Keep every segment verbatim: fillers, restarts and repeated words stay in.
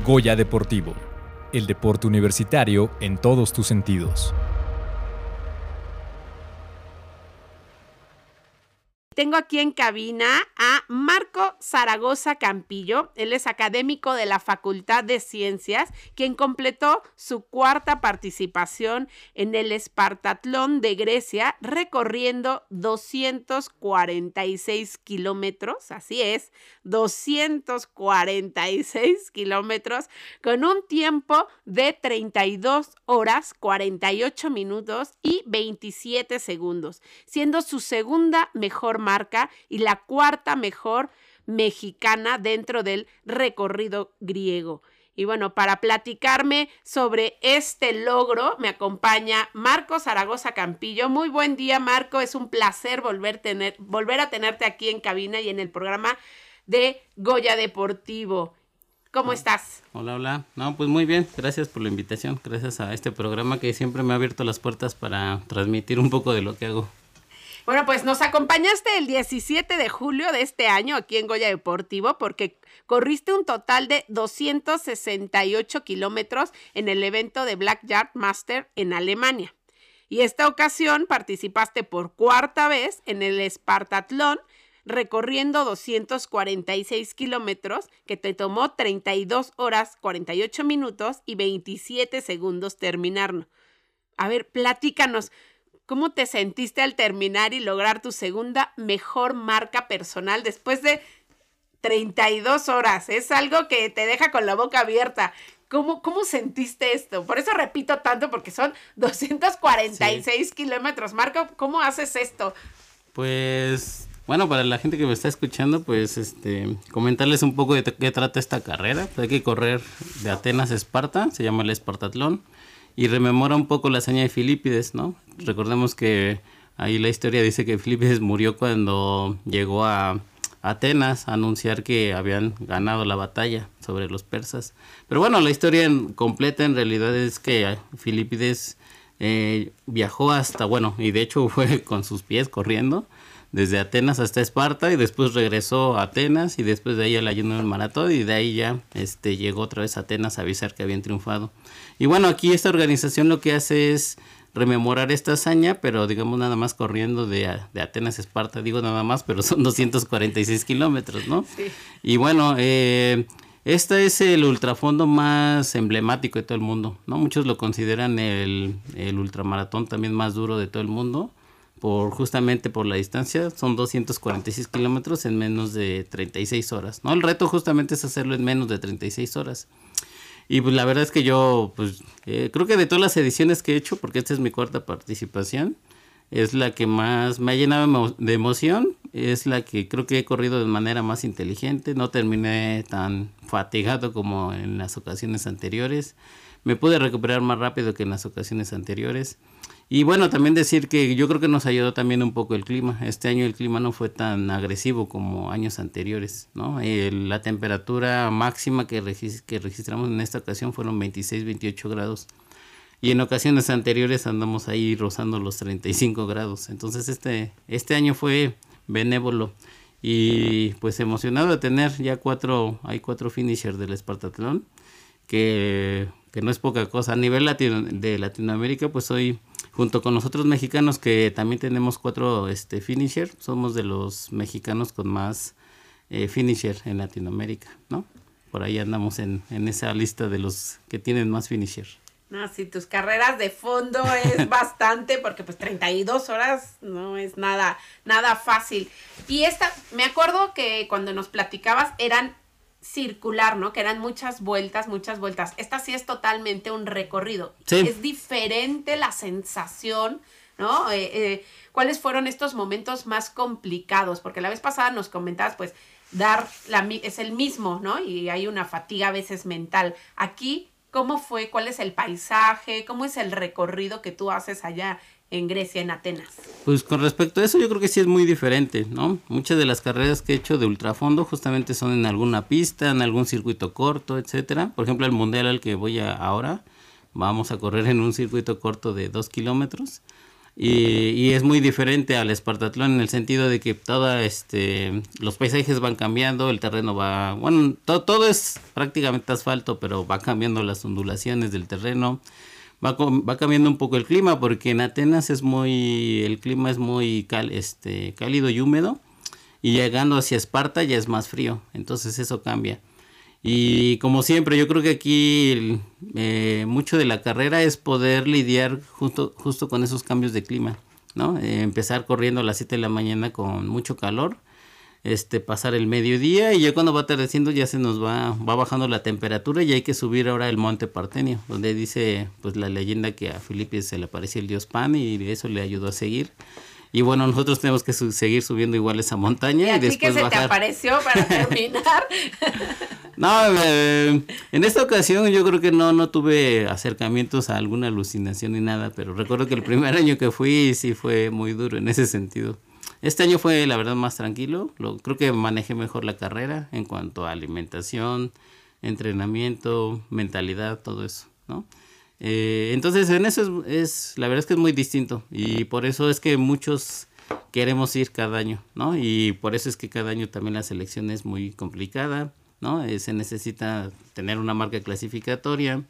Goya Deportivo, el deporte universitario en todos tus sentidos. Tengo aquí en cabina a Marco Zaragoza Campillo. Él es académico de la Facultad de Ciencias, quien completó su cuarta participación en el Espartatlón de Grecia, recorriendo doscientos cuarenta y seis kilómetros, así es, doscientos cuarenta y seis kilómetros, con un tiempo de treinta y dos horas, cuarenta y ocho minutos y veintisiete segundos, siendo su segunda mejor marca y la cuarta mejor mexicana dentro del recorrido griego. Y bueno, para platicarme sobre este logro me acompaña Marco Zaragoza Campillo. Muy buen día, Marco. Es un placer volver, tener, volver a tenerte aquí en cabina y en el programa de Goya Deportivo. ¿Cómo oh, estás? Hola, hola. No, pues muy bien. Gracias por la invitación. Gracias a este programa que siempre me ha abierto las puertas para transmitir un poco de lo que hago. Bueno, pues nos acompañaste el diecisiete de julio de este año aquí en Goya Deportivo porque corriste un total de doscientos sesenta y ocho kilómetros en el evento de Black Yard Master en Alemania. Y esta ocasión participaste por cuarta vez en el Espartatlón, recorriendo doscientos cuarenta y seis kilómetros, que te tomó treinta y dos horas, cuarenta y ocho minutos y veintisiete segundos terminarlo. A ver, platícanos. ¿Cómo te sentiste al terminar y lograr tu segunda mejor marca personal después de treinta y dos horas? Es algo que te deja con la boca abierta. ¿Cómo, cómo sentiste esto? Por eso repito tanto, porque son doscientos cuarenta y seis sí. kilómetros. Marco, ¿cómo haces esto? Pues, bueno, para la gente que me está escuchando, pues, este, comentarles un poco de qué trata esta carrera. Pues hay que correr de Atenas a Esparta, se llama el Espartatlón. Y rememora un poco la hazaña de Filipides, ¿no? Recordemos que ahí la historia dice que Filipides murió cuando llegó a Atenas a anunciar que habían ganado la batalla sobre los persas. Pero bueno, la historia en, completa en realidad es que Filipides eh, viajó hasta, bueno, y de hecho fue con sus pies corriendo, desde Atenas hasta Esparta, y después regresó a Atenas, y después de ahí al ayuno del maratón, y de ahí ya este, llegó otra vez a Atenas a avisar que habían triunfado. Y bueno, aquí esta organización lo que hace es rememorar esta hazaña, pero digamos nada más corriendo de, de Atenas a Esparta, digo nada más, pero son doscientos cuarenta y seis kilómetros, ¿no? Sí. Y bueno, eh, este es el ultrafondo más emblemático de todo el mundo, ¿no? Muchos lo consideran el, el ultramaratón también más duro de todo el mundo, por justamente por la distancia. Son doscientos cuarenta y seis kilómetros en menos de treinta y seis horas, ¿no? El reto justamente es hacerlo en menos de treinta y seis horas. Y pues la verdad es que yo, pues, eh, creo que de todas las ediciones que he hecho, porque esta es mi cuarta participación, es la que más me ha llenado de emoción, es la que creo que he corrido de manera más inteligente, no terminé tan fatigado como en las ocasiones anteriores, me pude recuperar más rápido que en las ocasiones anteriores. Y bueno, también decir que yo creo que nos ayudó también un poco el clima. Este año el clima no fue tan agresivo como años anteriores, ¿no? Eh, la temperatura máxima que, regis- que registramos en esta ocasión fueron veintiséis, veintiocho grados. Y en ocasiones anteriores andamos ahí rozando los treinta y cinco grados. Entonces este, este año fue benévolo. Y pues emocionado de tener ya cuatro, hay cuatro finishers del Espartatlón, que, que no es poca cosa. A nivel latino, de Latinoamérica, pues hoy, junto con nosotros mexicanos, que también tenemos cuatro este, finisher, somos de los mexicanos con más eh, finisher en Latinoamérica, ¿no? Por ahí andamos en, en esa lista de los que tienen más finisher. No, sí, tus carreras de fondo es bastante, porque pues treinta y dos horas no es nada, nada fácil. Y esta, me acuerdo que cuando nos platicabas eran circular, ¿no? Que eran muchas vueltas, muchas vueltas. Esta sí es totalmente un recorrido. Sí. Es diferente la sensación, ¿no? Eh, eh, ¿Cuáles fueron estos momentos más complicados? Porque la vez pasada nos comentabas, pues, dar la es el mismo, ¿no? Y hay una fatiga a veces mental. Aquí, ¿cómo fue? ¿Cuál es el paisaje? ¿Cómo es el recorrido que tú haces allá en Grecia, en Atenas? Pues con respecto a eso yo creo que sí es muy diferente, ¿no? Muchas de las carreras que he hecho de ultrafondo justamente son en alguna pista, en algún circuito corto, etcétera. Por ejemplo, el mundial al que voy a ahora, vamos a correr en un circuito corto de dos kilómetros. Y, y es muy diferente al espartatlón en el sentido de que toda este los paisajes van cambiando, el terreno va, bueno, to, todo es prácticamente asfalto, pero va cambiando las ondulaciones del terreno, va, va cambiando un poco el clima, porque en Atenas es muy, el clima es muy cal, este, cálido y húmedo, y llegando hacia Esparta ya es más frío, entonces eso cambia. Y como siempre, yo creo que aquí eh, mucho de la carrera es poder lidiar justo, justo con esos cambios de clima, ¿no? Eh, empezar corriendo a las siete de la mañana con mucho calor, este, pasar el mediodía y ya cuando va atardeciendo ya se nos va, va bajando la temperatura y hay que subir ahora el monte Partenio, donde dice pues la leyenda que a Felipe se le apareció el dios Pan y eso le ayudó a seguir. Y bueno, nosotros tenemos que su- seguir subiendo igual esa montaña Y y, a ti después que se te bajar. apareció para terminar. No, eh, en esta ocasión yo creo que no, no tuve acercamientos a alguna alucinación ni nada, pero recuerdo que el primer año que fui sí fue muy duro en ese sentido. Este año fue la verdad más tranquilo, lo, creo que manejé mejor la carrera en cuanto a alimentación, entrenamiento, mentalidad, todo eso, ¿no? Eh, entonces en eso es, es, la verdad es que es muy distinto y por eso es que muchos queremos ir cada año, ¿no? Y por eso es que cada año también la selección es muy complicada, ¿no? Eh, se necesita tener una marca clasificatoria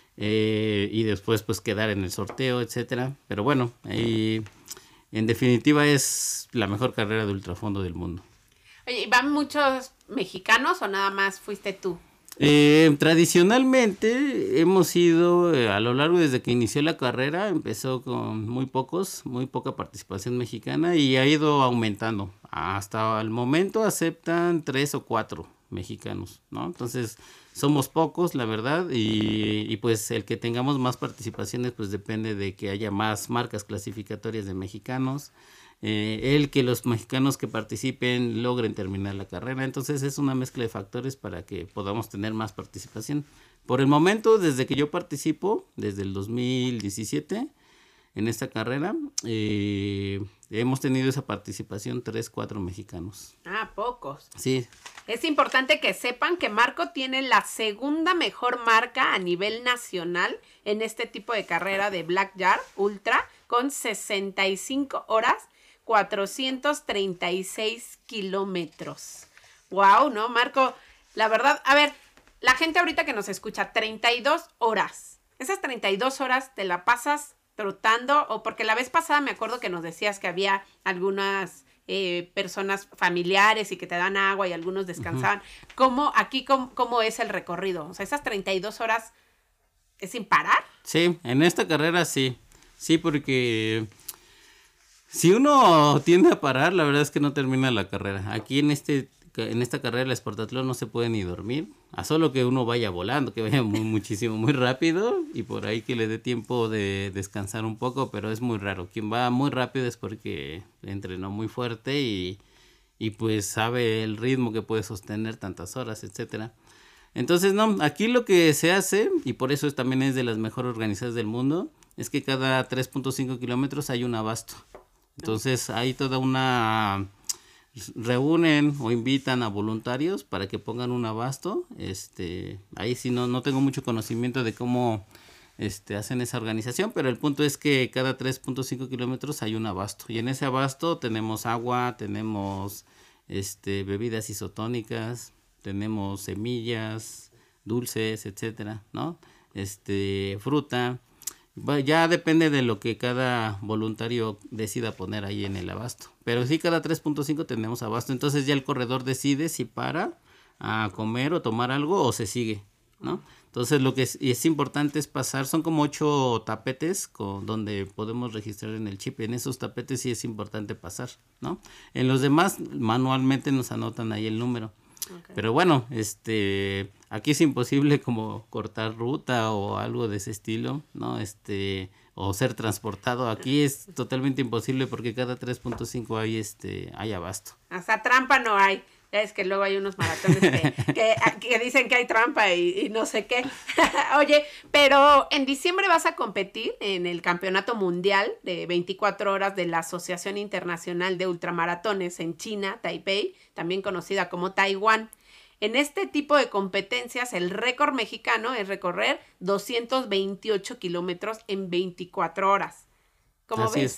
eh, y después pues quedar en el sorteo, etcétera. Pero bueno, ahí en definitiva es la mejor carrera de ultrafondo del mundo. Oye, ¿van muchos mexicanos o nada más fuiste tú? Eh, tradicionalmente hemos ido eh, a lo largo desde que inició la carrera, empezó con muy pocos, muy poca participación mexicana y ha ido aumentando. Hasta el momento aceptan tres o cuatro mexicanos, ¿no? Entonces somos pocos, la verdad, y, y pues el que tengamos más participaciones pues depende de que haya más marcas clasificatorias de mexicanos. Eh, el que los mexicanos que participen logren terminar la carrera. Entonces es una mezcla de factores para que podamos tener más participación. Por el momento, desde que yo participo, desde el dos mil diecisiete, en esta carrera, eh, hemos tenido esa participación tres, cuatro mexicanos. Ah, pocos. Sí, Es importante que sepan que Marco tiene la segunda mejor marca a nivel nacional en este tipo de carrera de Black Jar Ultra con sesenta y cinco horas, cuatrocientos treinta y seis kilómetros. Wow, ¿no, Marco? La verdad, a ver, la gente ahorita que nos escucha, treinta y dos horas. Esas treinta y dos horas te la pasas trotando, o porque la vez pasada me acuerdo que nos decías que había algunas eh, personas familiares y que te dan agua y algunos descansaban. Uh-huh. ¿Cómo, aquí, cómo, cómo es el recorrido? O sea, esas treinta y dos horas es sin parar. Sí, en esta carrera sí. Sí, porque si uno tiende a parar, la verdad es que no termina la carrera. Aquí en este en esta carrera el espartatlón no se puede ni dormir, a solo que uno vaya volando, que vaya muy, muchísimo, muy rápido y por ahí que le dé tiempo de descansar un poco, pero es muy raro. Quien va muy rápido es porque entrenó muy fuerte y, y pues sabe el ritmo que puede sostener tantas horas, etcétera. Entonces, no, aquí lo que se hace, y por eso es, también es de las mejor organizadas del mundo, es que cada tres punto cinco kilómetros hay un abasto. Entonces hay toda una... reúnen o invitan a voluntarios para que pongan un abasto. Este, ahí sí no, no tengo mucho conocimiento de cómo este, hacen esa organización, pero el punto es que cada tres punto cinco kilómetros hay un abasto. Y en ese abasto tenemos agua, tenemos este, bebidas isotónicas, tenemos semillas, dulces, etcétera, ¿no? Este, fruta. Ya depende de lo que cada voluntario decida poner ahí en el abasto. Pero sí, cada tres punto cinco tenemos abasto. Entonces ya el corredor decide si para a comer o tomar algo o se sigue, ¿no? Entonces lo que es, es importante es pasar, son como ocho tapetes con, donde podemos registrar en el chip. En esos tapetes sí es importante pasar, ¿no? En los demás manualmente nos anotan ahí el número. Okay. Pero bueno, este, aquí es imposible como cortar ruta o algo de ese estilo, ¿no? Este, o ser transportado. Aquí es totalmente imposible porque cada tres punto cinco hay este, hay abasto. Hasta trampa no hay. Ya es que luego hay unos maratones que, que, que dicen que hay trampa y, y no sé qué. Oye, pero en diciembre vas a competir en el Campeonato Mundial de veinticuatro horas de la Asociación Internacional de Ultramaratones en China, Taipei, también conocida como Taiwán. En este tipo de competencias, el récord mexicano es recorrer doscientos veintiocho kilómetros en veinticuatro horas. ¿Cómo Así ves? Es.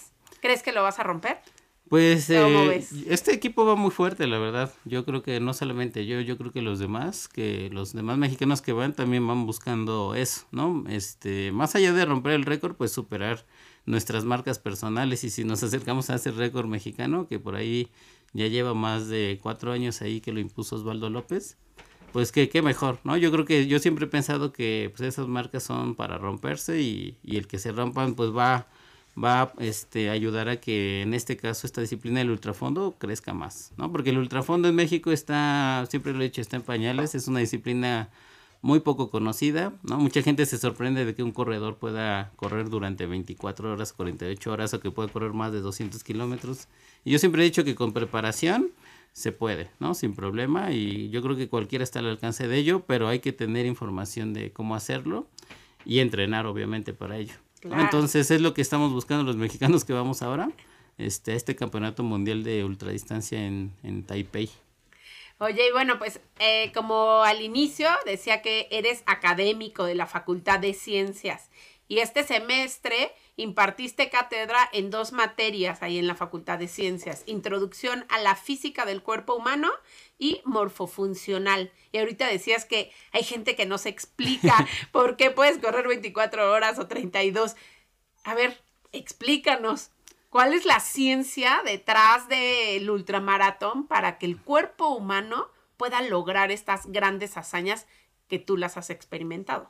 ¿Crees que lo vas a romper? Pues ¿Cómo eh, ves? este equipo va muy fuerte, la verdad. Yo creo que no solamente yo, yo creo que los demás, que los demás mexicanos que van también van buscando eso, ¿no? Este, más allá de romper el récord, pues superar nuestras marcas personales. Y si nos acercamos a ese récord mexicano, que por ahí ya lleva más de cuatro años ahí que lo impuso Osvaldo López, pues que qué mejor, ¿no? Yo creo que yo siempre he pensado que pues esas marcas son para romperse y, y el que se rompan pues va va este, a ayudar a que en este caso esta disciplina del ultrafondo crezca más, ¿no? Porque el ultrafondo en México está, siempre lo he dicho, está en pañales, es una disciplina muy poco conocida, ¿no? Mucha gente se sorprende de que un corredor pueda correr durante veinticuatro horas, cuarenta y ocho horas o que pueda correr más de doscientos kilómetros. Y yo siempre he dicho que con preparación se puede, ¿no? Sin problema, y yo creo que cualquiera está al alcance de ello, pero hay que tener información de cómo hacerlo y entrenar obviamente para ello. Claro. Entonces es lo que estamos buscando los mexicanos que vamos ahora este, a este campeonato mundial de ultradistancia en, en Taipei. Oye, y bueno, pues eh, como al inicio decía que eres académico de la Facultad de Ciencias y este semestre impartiste cátedra en dos materias ahí en la Facultad de Ciencias, Introducción a la Física del Cuerpo Humano y Morfofuncional. Y ahorita decías que hay gente que no se explica por qué puedes correr veinticuatro horas o treinta y dos. A ver, explícanos, ¿cuál es la ciencia detrás del ultramaratón para que el cuerpo humano pueda lograr estas grandes hazañas que tú las has experimentado?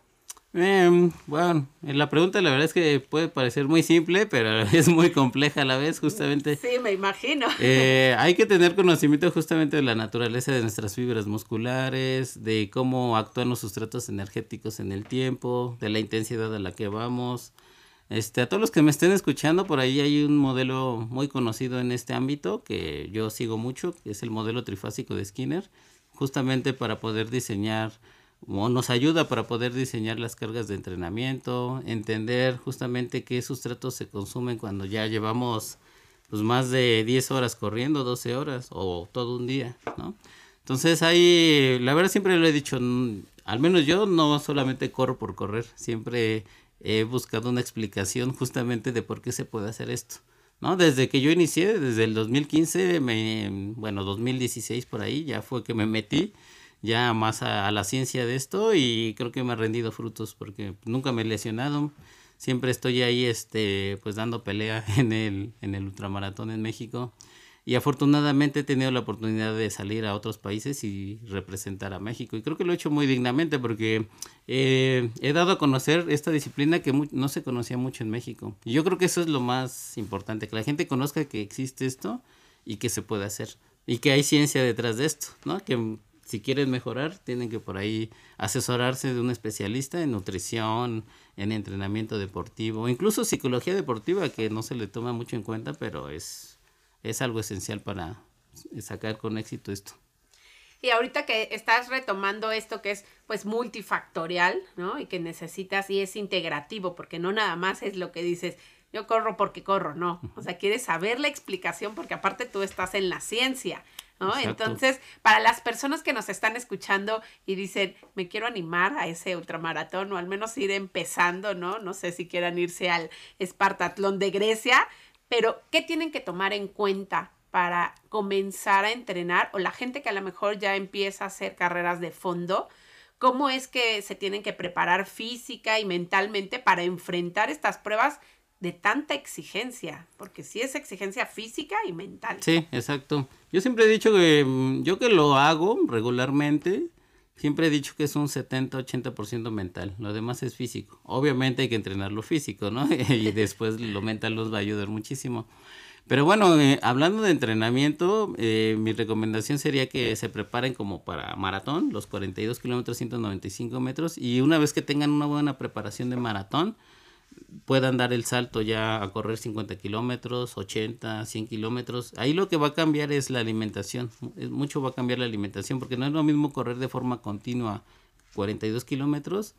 Eh, bueno, la pregunta la verdad es que puede parecer muy simple, pero es muy compleja a la vez, justamente. Sí, me imagino. Eh, hay que tener conocimiento justamente de la naturaleza de nuestras fibras musculares, de cómo actúan los sustratos energéticos en el tiempo, de la intensidad a la que vamos. Este, a todos los que me estén escuchando, por ahí hay un modelo muy conocido en este ámbito que yo sigo mucho, que es el modelo trifásico de Skinner, justamente para poder diseñar o nos ayuda para poder diseñar las cargas de entrenamiento, entender justamente qué sustratos se consumen cuando ya llevamos pues más de diez horas corriendo, doce horas o todo un día, ¿no? Entonces ahí, la verdad siempre lo he dicho, al menos yo no solamente corro por correr, siempre he buscado una explicación justamente de por qué se puede hacer esto, ¿no? Desde que yo inicié, desde el dos mil quince, me, bueno, dos mil dieciséis por ahí, ya fue que me metí ya más a, a la ciencia de esto y creo que me ha rendido frutos porque nunca me he lesionado, siempre estoy ahí este pues dando pelea en el, en el ultramaratón en México y afortunadamente he tenido la oportunidad de salir a otros países y representar a México y creo que lo he hecho muy dignamente porque eh, he dado a conocer esta disciplina que mu- no se conocía mucho en México y yo creo que eso es lo más importante, que la gente conozca que existe esto y que se puede hacer y que hay ciencia detrás de esto, ¿no? Que si quieren mejorar, tienen que por ahí asesorarse de un especialista en nutrición, en entrenamiento deportivo, incluso psicología deportiva, que no se le toma mucho en cuenta, pero es, es algo esencial para sacar con éxito esto. Y ahorita que estás retomando esto que es pues multifactorial, ¿no? Y que necesitas y es integrativo, porque no nada más es lo que dices, yo corro porque corro, no. O sea, quieres saber la explicación porque aparte tú estás en la ciencia, ¿no? Exacto. Entonces, para las personas que nos están escuchando y dicen, me quiero animar a ese ultramaratón o al menos ir empezando, ¿no? No sé si quieran irse al Espartatlón de Grecia, pero ¿qué tienen que tomar en cuenta para comenzar a entrenar? O la gente que a lo mejor ya empieza a hacer carreras de fondo, ¿cómo es que se tienen que preparar física y mentalmente para enfrentar estas pruebas de tanta exigencia? Porque sí es exigencia física y mental. Sí, exacto. Yo siempre he dicho que mm, yo que lo hago regularmente, siempre he dicho que es un setenta a ochenta por ciento mental, lo demás es físico. Obviamente hay que entrenar lo físico, ¿no? Y después lo mental nos va a ayudar muchísimo. Pero bueno, eh, hablando de entrenamiento, eh, mi recomendación sería que se preparen como para maratón, los cuarenta y dos kilómetros, ciento noventa y cinco metros, y una vez que tengan una buena preparación de maratón, puedan dar el salto ya a correr cincuenta kilómetros, ochenta, cien kilómetros. Ahí lo que va a cambiar es la alimentación, mucho va a cambiar la alimentación, porque no es lo mismo correr de forma continua cuarenta y dos kilómetros,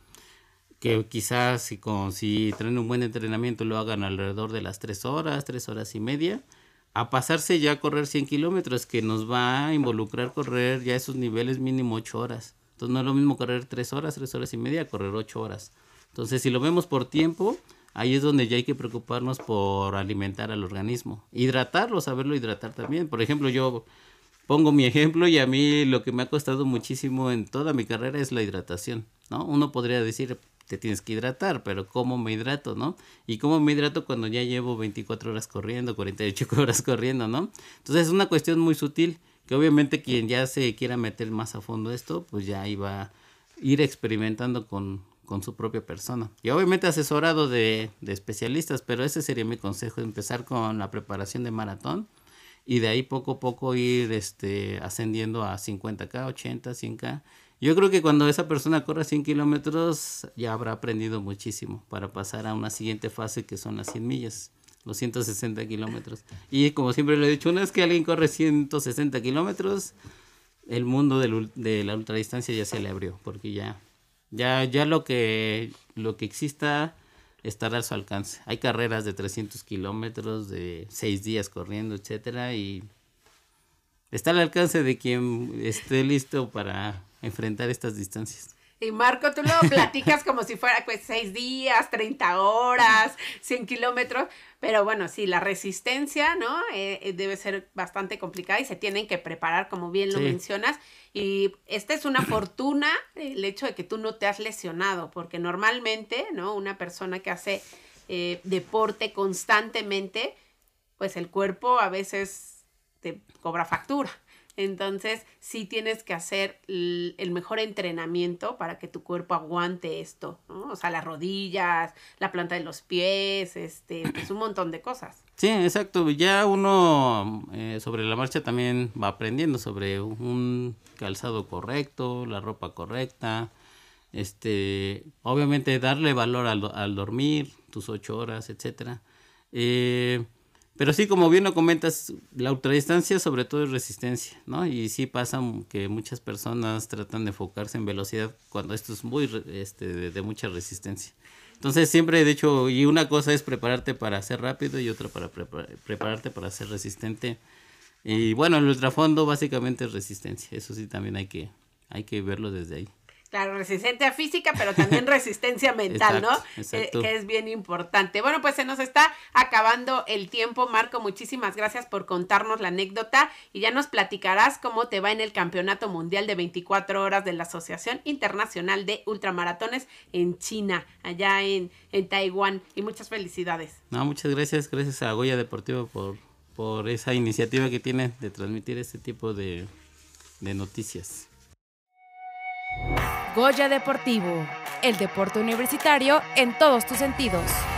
que quizás si, con, si traen un buen entrenamiento lo hagan alrededor de las tres horas, tres horas y media, a pasarse ya a correr cien kilómetros, que nos va a involucrar correr ya esos niveles mínimo ocho horas. Entonces no es lo mismo correr tres horas, tres horas y media, a correr ocho horas. Entonces si lo vemos por tiempo, ahí es donde ya hay que preocuparnos por alimentar al organismo, hidratarlo, saberlo hidratar también. Por ejemplo, yo pongo mi ejemplo y a mí lo que me ha costado muchísimo en toda mi carrera es la hidratación, ¿no? Uno podría decir, te tienes que hidratar, pero ¿cómo me hidrato, no? Y ¿cómo me hidrato cuando ya llevo veinticuatro horas corriendo, cuarenta y ocho horas corriendo, ¿no? Entonces es una cuestión muy sutil, que obviamente quien ya se quiera meter más a fondo esto, pues ya iba a ir experimentando con, con su propia persona. Y obviamente asesorado de, de especialistas, pero ese sería mi consejo, empezar con la preparación de maratón y de ahí poco a poco ir este, ascendiendo a cincuenta K, ochenta, cien K. Yo creo que cuando esa persona corra cien kilómetros ya habrá aprendido muchísimo para pasar a una siguiente fase que son las cien millas, los ciento sesenta kilómetros. Y como siempre lo he dicho, una vez que alguien corre ciento sesenta kilómetros, el mundo del, de la ultradistancia ya se le abrió, porque ya, ya, ya lo que, lo que exista estará a su alcance. Hay carreras de trescientos kilómetros, de seis días corriendo, etcétera, y está al alcance de quien esté listo para enfrentar estas distancias. Y Marco, tú lo platicas como si fuera pues seis días, treinta horas, cien kilómetros, pero bueno, sí, la resistencia, ¿no? Eh, debe ser bastante complicada y se tienen que preparar, como bien lo sí. mencionas, y esta es una fortuna, el hecho de que tú no te has lesionado, porque normalmente, ¿no? Una persona que hace eh, deporte constantemente, pues el cuerpo a veces te cobra factura. Entonces, sí tienes que hacer el, el mejor entrenamiento para que tu cuerpo aguante esto, ¿no? O sea, las rodillas, la planta de los pies, este, pues un montón de cosas. Sí, exacto. Ya uno eh, sobre la marcha también va aprendiendo sobre un calzado correcto, la ropa correcta, este, obviamente darle valor al, al dormir, tus ocho horas, etcétera. Eh... Pero sí, como bien lo comentas, la ultradistancia sobre todo es resistencia, ¿no? Y sí pasa que muchas personas tratan de enfocarse en velocidad cuando esto es muy este, de, de mucha resistencia. Entonces siempre, de hecho, y una cosa es prepararte para ser rápido y otra para prepar, prepararte para ser resistente. Y bueno, el ultrafondo básicamente es resistencia, eso sí también hay que, hay que verlo desde ahí. Claro, resistencia física, pero también resistencia mental, exacto, ¿no? Exacto. Eh, que es bien importante. Bueno, pues se nos está acabando el tiempo, Marco. Muchísimas gracias por contarnos la anécdota y ya nos platicarás cómo te va en el Campeonato Mundial de veinticuatro horas de la Asociación Internacional de Ultramaratones en China, allá en, en Taiwán. Y muchas felicidades. No, muchas gracias. Gracias a Goya Deportivo por, por esa iniciativa que tiene de transmitir este tipo de, de noticias. Goya Deportivo, el deporte universitario en todos tus sentidos.